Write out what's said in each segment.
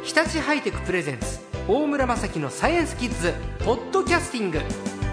日立ハイテクプレゼンツ大村雅樹のサイエンスキッズポッドキャスティング。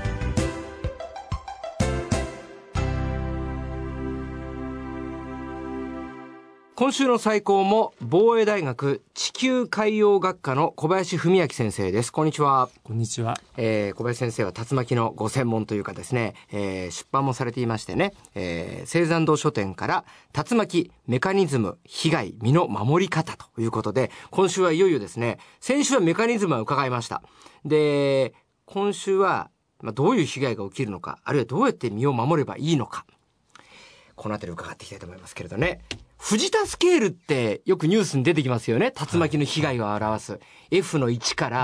今週の最高も防衛大学地球海洋学科の小林文明先生です。こんにちは。 こんにちは。 小林先生は竜巻のご専門というかですね、出版もされていましてね、青山堂書店から竜巻メカニズム被害身の守り方ということで、今週はいよいよですね、先週はメカニズムは伺いました。で、今週はどういう被害が起きるのか、あるいはどうやって身を守ればいいのか、このあたり伺っていきたいと思いますけれどね。藤田スケールってよくニュースに出てきますよね。竜巻の被害を表す F の1から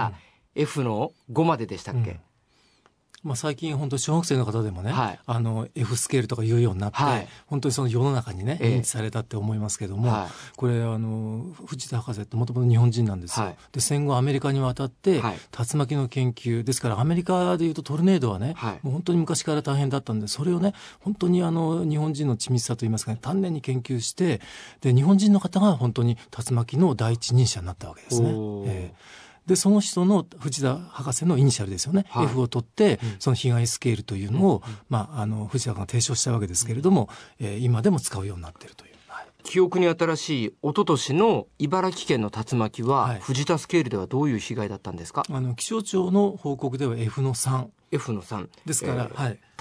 F の5まででしたっけ。 最近本当小学生の方でもね、F スケールとか言うようになって、本当にその世の中にね、認知されたって思いますけども、これ藤田博士ってもともと日本人なんですよ。で、戦後アメリカに渡って、竜巻の研究ですから、アメリカでいうとトルネードはね、もう本当に昔から大変だったんで、それをね、本当に日本人の緻密さといいますかね、丹念に研究して、で、日本人の方が本当に竜巻の第一人者になったわけですね。で、その人の藤田博士のイニシャルですよね、F を取ってその被害スケールというのを、藤田が提唱したわけですけれども、今でも使うようになっているという、 記憶に新しい一昨年の茨城県の竜巻は、藤田スケールではどういう被害だったんですか。 気象庁の報告では F の3 F の3 ですから、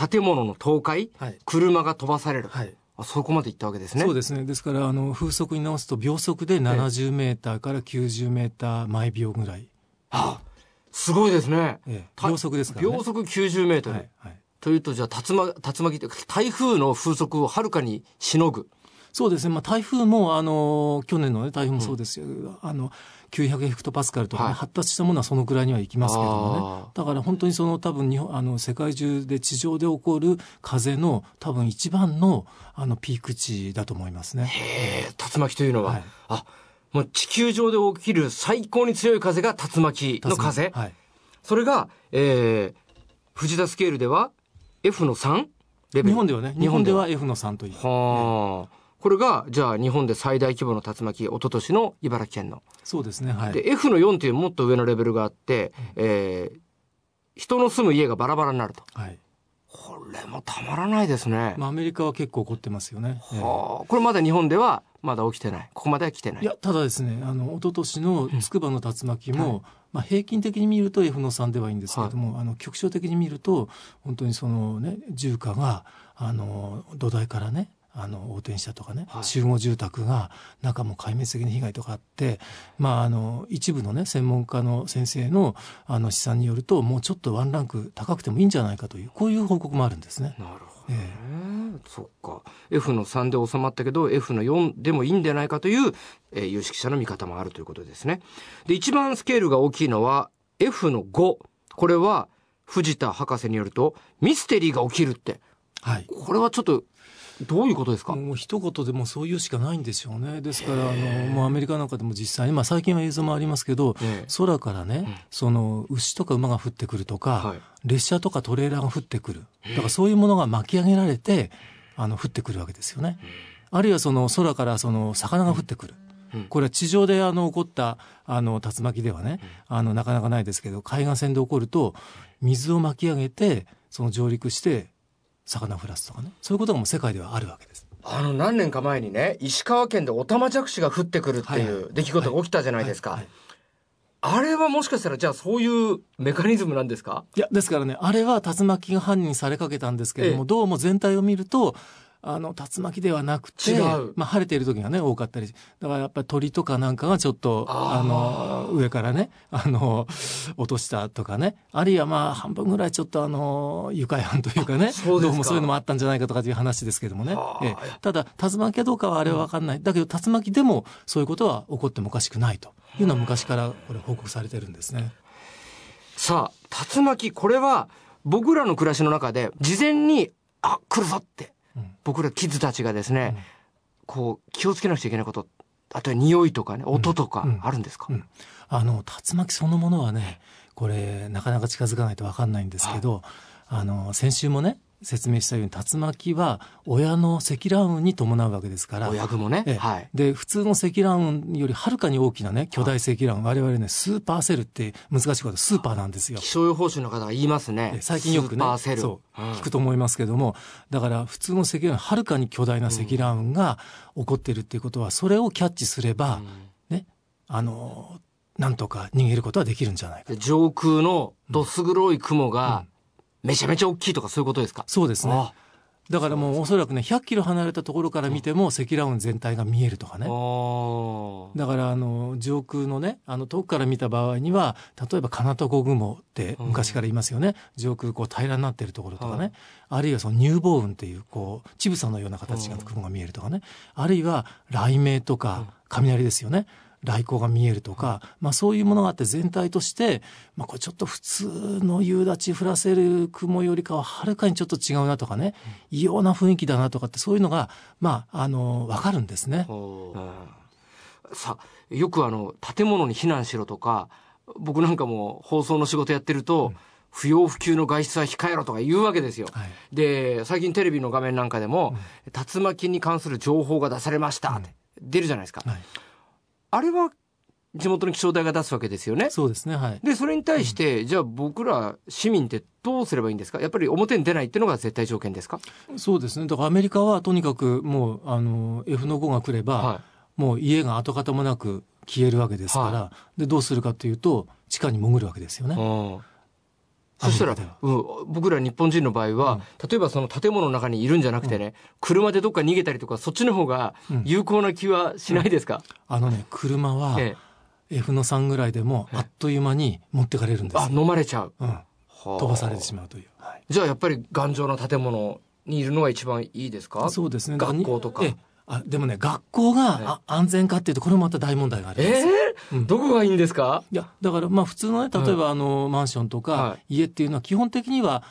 建物の倒壊、車が飛ばされる、そこまで行ったわけですね。 そうですね。ですから風速に直すと秒速で70メーターから90メーター毎秒ぐらい。 すごいですね。 秒速ですからね。 秒速90メートル。というと、じゃあ竜巻って台風の風速をはるかにしのぐ。 そうですね。台風も去年のね台風もそうですよ。900ヘクトパスカルとかね、発達したものはそのくらいにはいきますけどもね。だから本当に多分世界中で地上で起こる風の多分一番のピーク値だと思いますね。 竜巻というのは、もう地球上で起きる最高に強い風が竜巻の風。それが、藤田スケールでは F の3レベル。 日本では F の3という。 これがじゃあ日本で最大規模の竜巻、一昨年の茨城県の。 そうですね。 で F の4というもっと上のレベルがあって、人の住む家がバラバラになると。これもたまらないですね。 アメリカは結構起こってますよね。 これまだ日本ではまだ起きてない。ここまでは来てない。 いや、ただですね、一昨年の筑波の竜巻も、平均的に見ると F の3ではいいんですけれども、局所的に見ると本当に住家が土台からね横転したとかね、集合住宅が中も壊滅的な被害とかあって、一部のね専門家の先生の試算によると、もうちょっとワンランク高くてもいいんじゃないかという、こういう報告もあるんですね。 なるほど、そっか。 F の3で収まったけど F の4でもいいんじゃないかという、有識者の見方もあるということですね。で、一番スケールが大きいのは F の5。これは藤田博士によるとミステリーが起きるって、これはちょっとどういうことですか。 もう一言でもそういうしかないんでしょうね。ですからもうアメリカなんかでも実際に、最近は映像もありますけど、空からね、牛とか馬が降ってくるとか、列車とかトレーラーが降ってくる。だからそういうものが巻き上げられて降ってくるわけですよね。あるいは空から魚が降ってくる。これは地上で起こった竜巻ではね、なかなかないですけど、海岸線で起こると水を巻き上げて上陸して魚を降らすとかね、そういうことがもう世界ではあるわけです。 何年か前にね、石川県でオタマジャクシが降ってくるっていう出来事が起きたじゃないですか。あれはもしかしたらじゃあそういうメカニズムなんですか。 いや、ですからね、あれは竜巻が犯人されかけたんですけれども、どうも全体を見ると竜巻ではなくて、晴れている時がね多かったり、だからやっぱり鳥とかなんかがちょっと上からね落としたとかね、あるいは半分ぐらいちょっと愉快犯というかね、どうもそういうのもあったんじゃないかとかという話ですけどもね。ただ竜巻かどうかはあれは分かんない。だけど竜巻でもそういうことは起こってもおかしくないというのは昔からこれ報告されてるんですね。 さあ、竜巻、これは僕らの暮らしの中で事前に来るぞって僕らキッズたちがですね、こう気をつけなくちゃいけないこと、あとは匂いとかね、音とかあるんですか。 竜巻そのものはね、これなかなか近づかないと分かんないんですけど、先週もね説明したように竜巻は親の積乱雲に伴うわけですから、 親雲ね、はい、 で普通の積乱雲よりはるかに大きなね巨大積乱雲、我々ねスーパーセルって難しいことスーパーなんですよ。 気象予報士の方が言いますね。 最近よくねそう聞くと思いますけども、だから普通の積乱雲はるかに巨大な積乱雲が起こっているっていうことは、それをキャッチすれば、ね、なんとか逃げることはできるんじゃないか。 上空のどす黒い雲がめちゃめちゃ大きいとか、そういうことですか？ そうですね。だからもうおそらくね100キロ離れたところから見ても積乱雲全体が見えるとかね。だから上空のね遠くから見た場合には、例えば金床雲って昔から言いますよね。上空こう平らになっているところとかね、あるいはその乳房雲っていうこう乳房のような形の雲が見えるとかね、あるいは雷鳴とか雷ですよね、雷光が見えるとか、そういうものがあって、全体として、これちょっと普通の夕立降らせる雲よりかははるかにちょっと違うなとかね、異様な雰囲気だなとかって、そういうのが分かるんですね。 さあ、よく建物に避難しろとか、僕なんかも放送の仕事やってると、不要不急の外出は控えろとか言うわけですよ、で最近テレビの画面なんかでも、竜巻に関する情報が出されましたって出るじゃないですか、あれは地元の気象台が出すわけですよね。 そうですね、はい。 でそれに対して、じゃあ僕ら市民ってどうすればいいんですか？やっぱり表に出ないっていうのが絶対条件ですか？ そうですね。だからアメリカはとにかくもうF の5が来れば、もう家が跡形もなく消えるわけですから、でどうするかというと地下に潜るわけですよね。 そしたら、僕ら日本人の場合は、例えばその建物の中にいるんじゃなくてね、車でどっか逃げたりとか、そっちの方が有効な気はしないですか？ 車は F の3ぐらいでもあっという間に持ってかれるんですよ。 飲まれちゃう、 飛ばされてしまうという、 じゃあやっぱり頑丈な建物にいるのが一番いいですか？ そうですね。 学校とか。 でもね、学校が安全かっていうと、これもまた大問題があります。 どこがいいんですか？ いや、だから普通のね、例えばマンションとか家っていうのは基本的には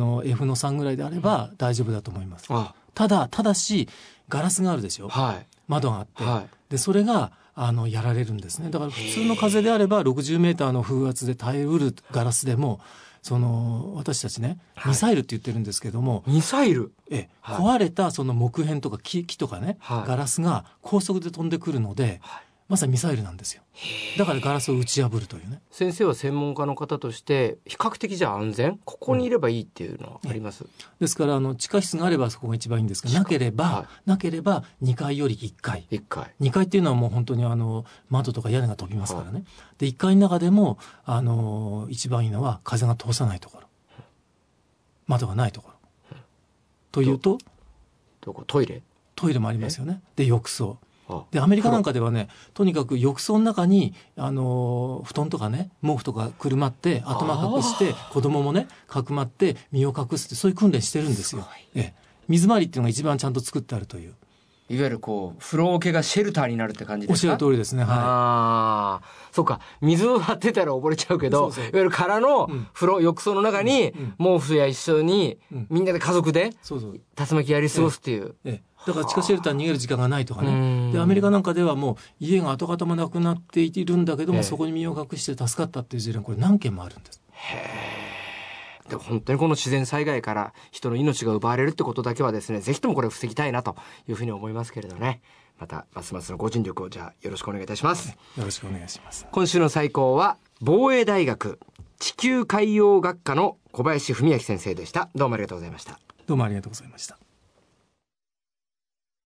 F の3ぐらいであれば大丈夫だと思います。ただしガラスがあるでしょ、窓があって、でそれがやられるんですね。だから普通の風であれば60メーターの風圧で耐えうるガラスでも、私たちね、ミサイルって言ってるんですけども、 ミサイル、 壊れたその木片とか木とかね、ガラスが高速で飛んでくるので、まさにミサイルなんですよ。だからガラスを打ち破るというね。 先生は専門家の方として比較的じゃあ安全、ここにいればいいっていうのはあります？ ですから地下室があればそこが一番いいんですが、なければ2階より1階2階っていうのはもう本当に窓とか屋根が飛びますからね、で1階の中でも一番いいのは風が通さないところ、窓がないところ、というとどこ？トイレもありますよね。で浴槽で、アメリカなんかではね、とにかく浴槽の中に布団とかね、毛布とかくるまって頭隠して、子供もねかくまって身を隠すって、そういう訓練してるんですよ。水回りっていうのが一番ちゃんと作ってあるという、 いわゆるこう風呂桶がシェルターになるって感じですか？ おっしゃる通りですね。 そうか、水を張ってたら溺れちゃうけど、いわゆる空の浴槽の中に毛布や一緒にみんなで家族で竜巻やり過ごすっていう、 だから地下シェルターに逃げる時間がないとかね。でアメリカなんかではもう家が跡形もなくなっているんだけども、そこに身を隠して助かったっていう事例がこれ何件もあるんです。 で本当にこの自然災害から人の命が奪われるってことだけはですね、ぜひともこれを防ぎたいなというふうに思いますけれどね。またますますのご尽力をじゃあよろしくお願いいたします。 よろしくお願いします。 今週の最高は防衛大学地球海洋学科の小林文明先生でした。どうもありがとうございました。 どうもありがとうございました。